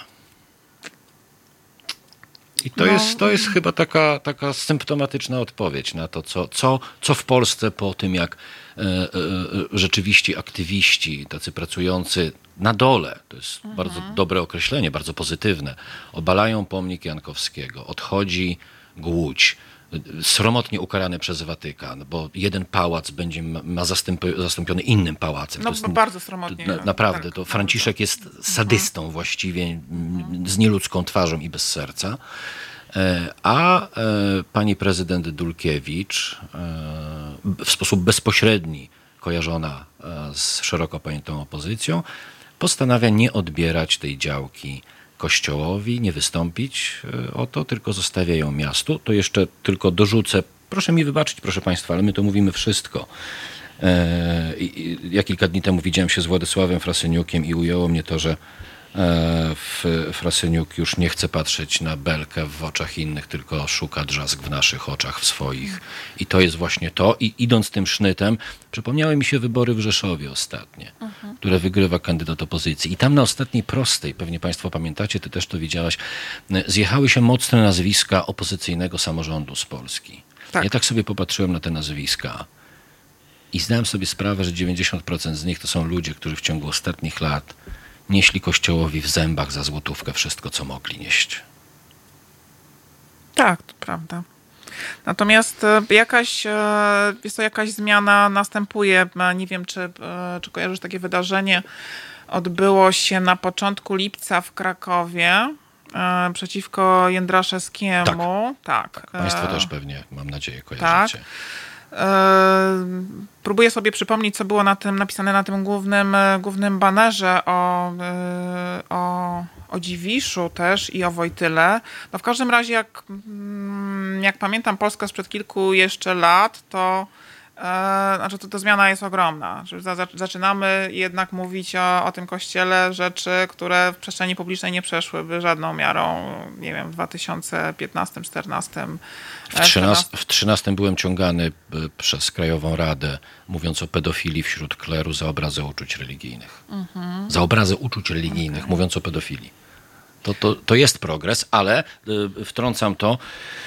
I to, no. jest, to jest chyba taka, taka symptomatyczna odpowiedź na to, co, co, co w Polsce po tym, jak e, e, rzeczywiście aktywiści, tacy pracujący na dole, to jest mhm. bardzo dobre określenie, bardzo pozytywne, obalają pomnik Jankowskiego, odchodzi Głódź, sromotnie ukarany przez Watykan, bo jeden pałac będzie ma zastępy, zastąpiony innym pałacem. No to jest, bardzo sromotnie. To, naprawdę, tak, to Franciszek jest sadystą mhm. właściwie, z nieludzką twarzą i bez serca. A pani prezydent Dulkiewicz w sposób bezpośredni kojarzona z szeroko pojętą opozycją postanawia nie odbierać tej działki Kościołowi, nie wystąpić o to, tylko zostawia ją miastu. To jeszcze tylko dorzucę, proszę mi wybaczyć, proszę państwa, ale my to mówimy wszystko. Ja kilka dni temu widziałem się z Władysławem Frasyniukiem i ujęło mnie to, że Frasyniuk już nie chce patrzeć na belkę w oczach innych, tylko szuka drzask w naszych oczach, w swoich. I to jest właśnie to. I idąc tym sznytem, przypomniały mi się wybory w Rzeszowie ostatnie, uh-huh. które wygrywa kandydat opozycji. I tam na ostatniej prostej, pewnie państwo pamiętacie, ty też to widziałaś, zjechały się mocne nazwiska opozycyjnego samorządu z Polski. Tak. Ja tak sobie popatrzyłem na te nazwiska. I zdałem sobie sprawę, że dziewięćdziesiąt procent z nich to są ludzie, którzy w ciągu ostatnich lat nieśli Kościołowi w zębach za złotówkę wszystko, co mogli nieść. Tak, to prawda. Natomiast jakaś, jest to jakaś zmiana następuje. Nie wiem, czy, czy kojarzysz takie wydarzenie. Odbyło się na początku lipca w Krakowie przeciwko Jędraszewskiemu. Tak. tak. Państwo też pewnie, mam nadzieję, kojarzycie. Tak. Próbuję sobie przypomnieć, co było na tym napisane na tym głównym, głównym banerze o, o, o Dziwiszu też i o Wojtyle. No w każdym razie, jak, jak pamiętam Polskę sprzed kilku jeszcze lat, to e, znaczy to, to zmiana jest ogromna. Zaczynamy jednak mówić o, o tym kościele rzeczy, które w przestrzeni publicznej nie przeszłyby żadną miarą, nie wiem, w dwa tysiące piętnastym, czternastym. W trzynastym byłem ciągany przez Krajową Radę, mówiąc o pedofilii wśród kleru za obrazę uczuć religijnych. Mhm. Za obrazę uczuć religijnych, okay. mówiąc o pedofilii. To, to, to jest progres, ale y, wtrącam to.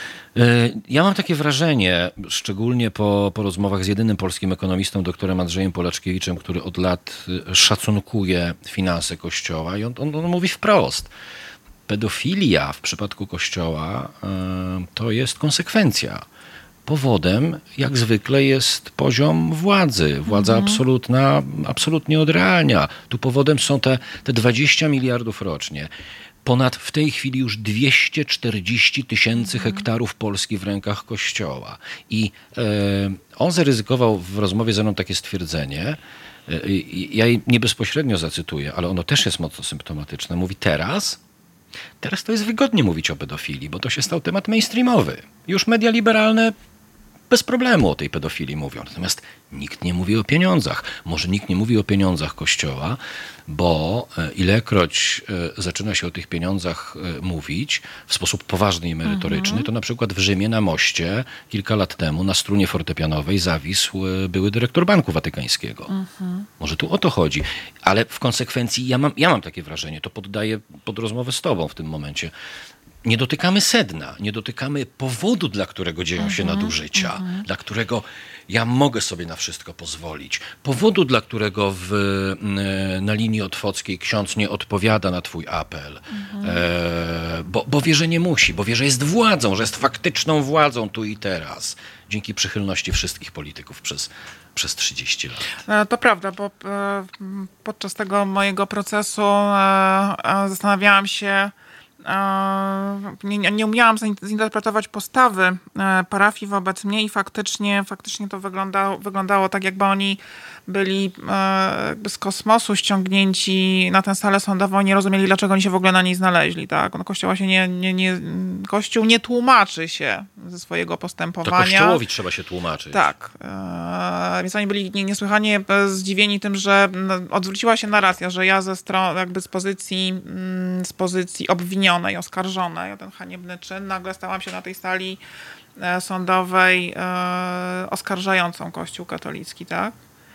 Y, ja mam takie wrażenie, szczególnie po, po rozmowach z jedynym polskim ekonomistą, doktorem Andrzejem Polaczkiewiczem, który od lat szacunkuje finanse Kościoła i on, on, on mówi wprost. Pedofilia w przypadku Kościoła y, to jest konsekwencja. Powodem, jak zwykle, jest poziom władzy. Władza mhm. absolutna absolutnie odrealnia. Tu powodem są te, te dwadzieścia miliardów rocznie. Ponad w tej chwili już dwieście czterdzieści tysięcy hektarów Polski w rękach Kościoła. I e, on zaryzykował w rozmowie ze mną takie stwierdzenie, e, ja jej nie bezpośrednio zacytuję, ale ono też jest mocno symptomatyczne. Mówi teraz, teraz to jest wygodnie mówić o pedofilii, bo to się stał temat mainstreamowy. Już media liberalne bez problemu o tej pedofilii mówią. Natomiast nikt nie mówi o pieniądzach. Może nikt nie mówi o pieniądzach Kościoła, bo ilekroć zaczyna się o tych pieniądzach mówić w sposób poważny i merytoryczny, mhm. to na przykład w Rzymie na moście kilka lat temu na strunie fortepianowej zawisł były dyrektor Banku Watykańskiego. Mhm. Może tu o to chodzi. Ale w konsekwencji ja mam, ja mam takie wrażenie, to poddaję pod rozmowę z tobą w tym momencie, nie dotykamy sedna, nie dotykamy powodu, dla którego dzieją się nadużycia, mm-hmm. dla którego ja mogę sobie na wszystko pozwolić, powodu, dla którego w, na linii otwockiej ksiądz nie odpowiada na twój apel, mm-hmm. e, bo, bo wie, że nie musi, bo wie, że jest władzą, że jest faktyczną władzą tu i teraz, dzięki przychylności wszystkich polityków przez, przez trzydzieści lat. To prawda, bo podczas tego mojego procesu zastanawiałam się, Nie, nie umiałam zinterpretować postawy parafii wobec mnie i faktycznie, faktycznie to wyglądało, wyglądało tak, jakby oni byli jakby z kosmosu ściągnięci na tę salę sądową i nie rozumieli, dlaczego oni się w ogóle na niej znaleźli. Tak? No, Kościoła się nie, nie, nie, Kościół nie tłumaczy się ze swojego postępowania. To Kościołowi trzeba się tłumaczyć. Tak. Więc oni byli niesłychanie zdziwieni tym, że odwróciła się narracja, że ja ze strony, jakby z pozycji, z pozycji obwinionej, oskarżonej o ten haniebny czyn, nagle stałam się na tej sali sądowej oskarżającą Kościół katolicki, tak?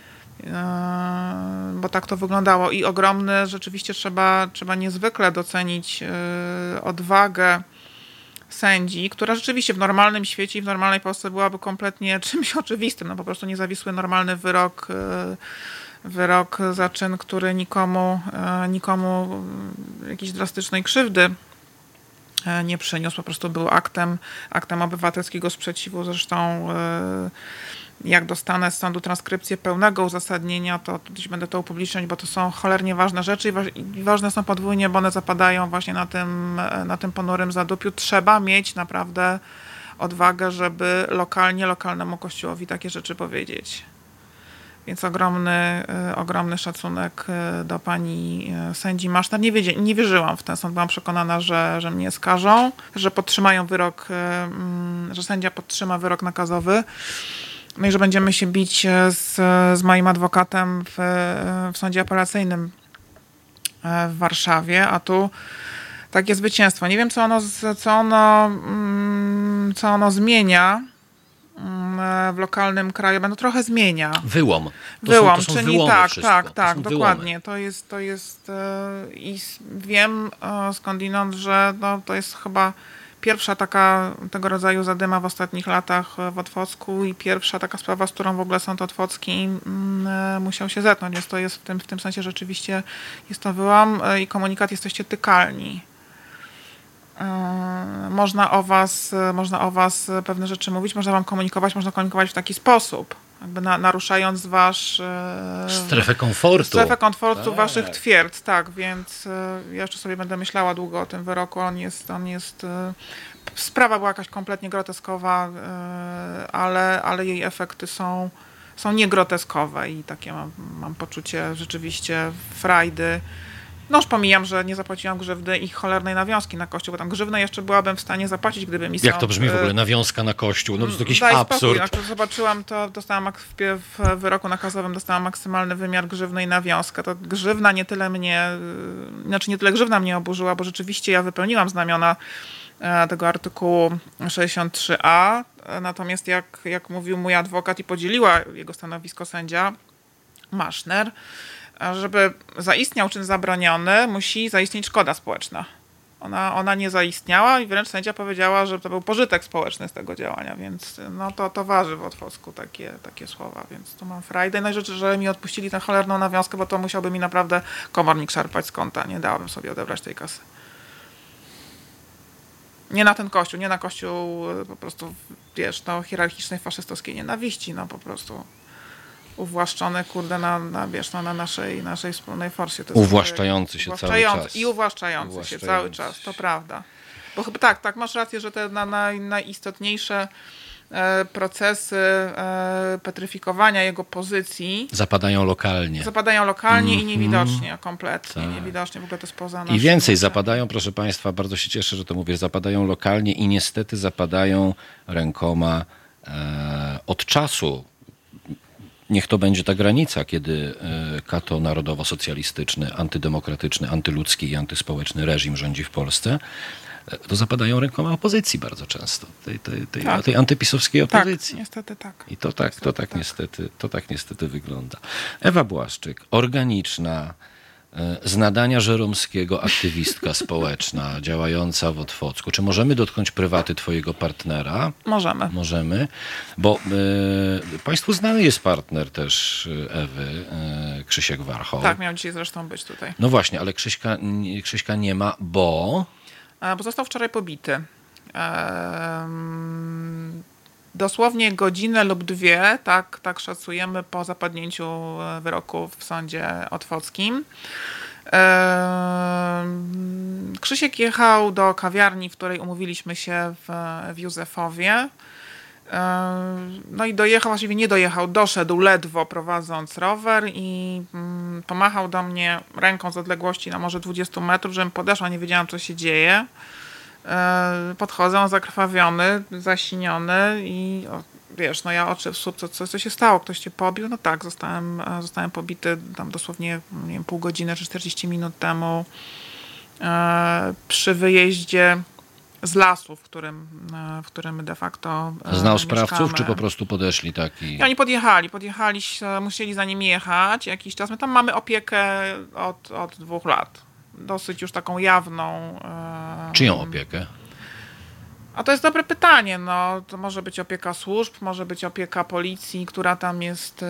Bo tak to wyglądało i ogromny, rzeczywiście trzeba, trzeba niezwykle docenić odwagę sędzi, która rzeczywiście w normalnym świecie i w normalnej Polsce byłaby kompletnie czymś oczywistym, no po prostu niezawisły, normalny wyrok, wyrok za czyn, który nikomu, nikomu jakiejś drastycznej krzywdy nie przyniósł, po prostu był aktem, aktem obywatelskiego sprzeciwu. Zresztą jak dostanę z sądu transkrypcję pełnego uzasadnienia, to gdzieś będę to upubliczniać, bo to są cholernie ważne rzeczy i, wa- i ważne są podwójnie, bo one zapadają właśnie na tym, na tym ponurym zadupiu. Trzeba mieć naprawdę odwagę, żeby lokalnie, lokalnemu kościołowi takie rzeczy powiedzieć. Więc ogromny, ogromny szacunek do pani sędzi Maszner. Nie, wiedzie, nie wierzyłam w ten sąd, byłam przekonana, że, że mnie skażą, że podtrzymają wyrok, że sędzia podtrzyma wyrok nakazowy. No i że będziemy się bić z, z moim adwokatem w, w sądzie apelacyjnym w Warszawie, a tu takie zwycięstwo. Nie wiem, co ono, co ono, co ono zmienia w lokalnym kraju. No trochę zmienia. Wyłom. To Wyłom, są, to są czyli wyłomy tak, wszystko. tak, tak, to dokładnie. To jest, to jest i wiem skądinąd, że no, to jest chyba pierwsza taka tego rodzaju zadyma w ostatnich latach w Otwocku i pierwsza taka sprawa, z którą w ogóle Sąd Otwocki mm, musiał się zetknąć. Więc to jest w tym, w tym sensie rzeczywiście jest to wyłam i komunikat jesteście tykalni. Można o was, można o was pewne rzeczy mówić, można wam komunikować, można komunikować w taki sposób, jakby na, naruszając wasz... Strefę komfortu. Strefę komfortu tak. waszych twierdz, tak, więc ja jeszcze sobie będę myślała długo o tym wyroku, on jest, on jest... Sprawa była jakaś kompletnie groteskowa, ale, ale jej efekty są, są niegroteskowe i takie mam, mam poczucie rzeczywiście frajdy. No już pomijam, że nie zapłaciłam grzywny i cholernej nawiązki na kościół, bo tam grzywny jeszcze byłabym w stanie zapłacić, gdyby mi Jak sąd, to brzmi w ogóle, nawiązka na kościół? No to jest jakiś daj absurd. Spokój. Jak zobaczyłam to, dostałam w, w wyroku nakazowym, dostałam maksymalny wymiar grzywny i nawiązkę. To grzywna nie tyle mnie, znaczy nie tyle grzywna mnie oburzyła, bo rzeczywiście ja wypełniłam znamiona tego artykułu sześćdziesiąt trzy a, natomiast jak, jak mówił mój adwokat i podzieliła jego stanowisko sędzia Maszner, żeby zaistniał czyn zabroniony, musi zaistnieć szkoda społeczna. Ona, ona nie zaistniała i wręcz sędzia powiedziała, że to był pożytek społeczny z tego działania, więc no to, to waży w Otwocku takie, takie słowa, więc tu mam frajdę. No i rzeczy, że mi odpuścili tę cholerną nawiązkę, bo to musiałby mi naprawdę komornik szarpać z konta. Nie dałabym sobie odebrać tej kasy. Nie na ten kościół, nie na kościół po prostu, wiesz, no hierarchicznej, faszystowskiej nienawiści, no po prostu uwłaszczone, kurde, na, na, wiesz, no, na naszej, naszej wspólnej forsie. To uwłaszczający się uwłaszczający, cały czas. I uwłaszczający, uwłaszczający się cały czas, to prawda. Bo chyba tak, tak, masz rację, że te na, na, najistotniejsze e, procesy e, petryfikowania jego pozycji zapadają lokalnie. Zapadają lokalnie mm-hmm. i niewidocznie, kompletnie, tak. niewidocznie, w ogóle to jest poza naszym... I więcej zapadają, proszę Państwa, bardzo się cieszę, że to mówię, zapadają lokalnie i niestety zapadają rękoma e, od czasu. Niech to będzie ta granica, kiedy kato narodowo-socjalistyczny, antydemokratyczny, antyludzki i antyspołeczny reżim rządzi w Polsce, to zapadają rękoma opozycji bardzo często, tej, tej, tej, tak. tej antypisowskiej opozycji. Tak, niestety tak. I to tak, niestety to tak, tak. Niestety, to tak niestety wygląda. Ewa Błaszczyk, organiczna, z nadania żeromskiego aktywistka społeczna działająca w Otwocku. Czy możemy dotknąć prywaty twojego partnera? Możemy. Możemy, bo y, państwu znany jest partner też Ewy, y, Krzysiek Warchoł. Tak, miał dzisiaj zresztą być tutaj. No właśnie, ale Krzyśka, Krzyśka nie ma, bo... A, bo został wczoraj pobity. Ehm... Dosłownie godzinę lub dwie, tak, tak szacujemy, po zapadnięciu wyroku w sądzie otwockim. Krzysiek jechał do kawiarni, w której umówiliśmy się w, w Józefowie. No i dojechał, właściwie nie dojechał, doszedł ledwo prowadząc rower i pomachał do mnie ręką z odległości na może dwadzieścia metrów, żebym podeszła, nie wiedziałam, co się dzieje. Podchodzę, zakrwawiony, zasiniony i o, wiesz, no ja oczy w słup, co, co, co się stało? Ktoś cię pobił? No tak, zostałem, zostałem pobity tam dosłownie, nie wiem, pół godziny czy czterdzieści minut temu e, przy wyjeździe z lasu, w którym, w którym de facto e, Znał mieszkamy. sprawców, czy po prostu podeszli taki? I oni podjechali, podjechali, musieli za nimi jechać jakiś czas. My tam mamy opiekę od, od dwóch lat. Dosyć już taką jawną. Um, Czyją opiekę? A to jest dobre pytanie. No, to może być opieka służb, może być opieka policji, która tam jest... Yy,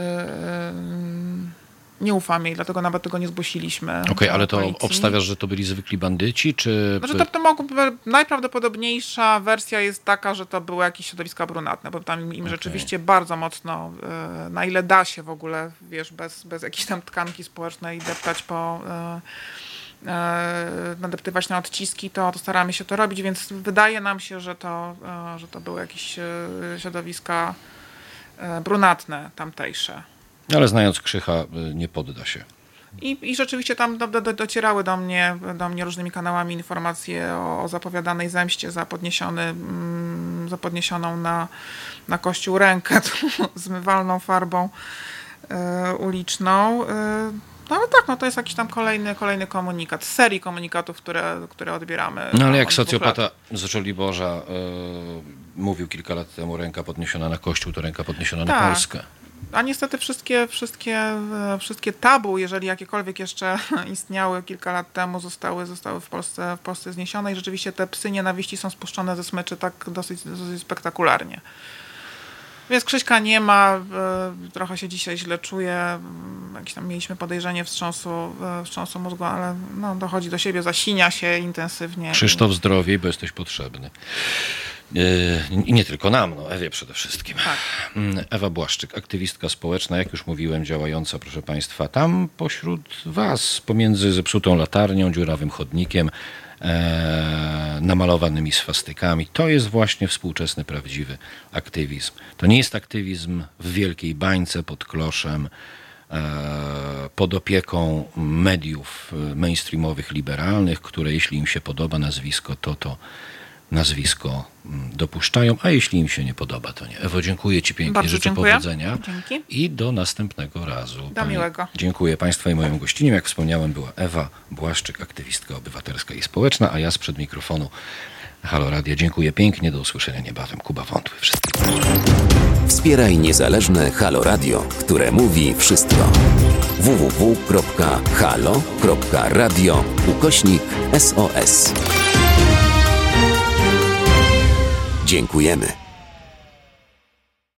nie ufam jej, dlatego nawet tego nie zgłosiliśmy. Okej, okay, ale to policji. obstawiasz, że to byli zwykli bandyci, czy... Znaczy to, to mogłoby, najprawdopodobniejsza wersja jest taka, że to były jakieś środowiska brunatne, bo tam im okay. rzeczywiście bardzo mocno, yy, na ile da się w ogóle, wiesz, bez, bez jakiejś tam tkanki społecznej deptać po... Yy, nadeptywać na odciski, to, to staramy się to robić, więc wydaje nam się, że to, że to były jakieś środowiska brunatne tamtejsze. Ale znając Krzycha, nie podda się. I, i rzeczywiście tam do, do, docierały do mnie, do mnie różnymi kanałami informacje o, o zapowiadanej zemście za, podniesiony, mm, za podniesioną na, na kościół rękę zmywalną farbą y, uliczną. Y, No ale tak, no to jest jakiś tam kolejny, kolejny komunikat, z serii komunikatów, które, które odbieramy. No ale jak socjopata z Żoliborza yy, mówił kilka lat temu, ręka podniesiona na Kościół, to ręka podniesiona tak. na Polskę. A niestety wszystkie, wszystkie, wszystkie tabu, jeżeli jakiekolwiek jeszcze istniały kilka lat temu, zostały, zostały w Polsce, w Polsce zniesione i rzeczywiście te psy nienawiści są spuszczone ze smyczy tak dosyć, dosyć spektakularnie. Więc Krzyśka nie ma, trochę się dzisiaj źle czuję, jakieś tam mieliśmy podejrzenie wstrząsu, wstrząsu mózgu, ale no, dochodzi do siebie, zasinia się intensywnie. Krzysztof, zdrowiej, bo jesteś potrzebny. I nie tylko nam, no Ewie przede wszystkim. Tak. Ewa Błaszczyk, aktywistka społeczna, jak już mówiłem, działająca, proszę Państwa, tam pośród Was, pomiędzy zepsutą latarnią, dziurawym chodnikiem, e, namalowanymi swastykami. To jest właśnie współczesny, prawdziwy aktywizm. To nie jest aktywizm w wielkiej bańce pod kloszem, e, pod opieką mediów mainstreamowych, liberalnych, które jeśli im się podoba nazwisko, to to nazwisko dopuszczają, a jeśli im się nie podoba, to nie. Ewo, dziękuję Ci pięknie, Bardzo życzę dziękuję. powodzenia. Dzięki. I do następnego razu. Do miłego. Dziękuję Państwa i moją gościnią. Jak wspomniałem, była Ewa Błaszczyk, aktywistka obywatelska i społeczna, a ja sprzed mikrofonu Halo Radia. Dziękuję pięknie, do usłyszenia niebawem. Kuba Wątły. Wszystkiego. Wspieraj niezależne Halo Radio, które mówi wszystko. w w w kropka halo kropka radio ukośnik S O S. Dziękujemy.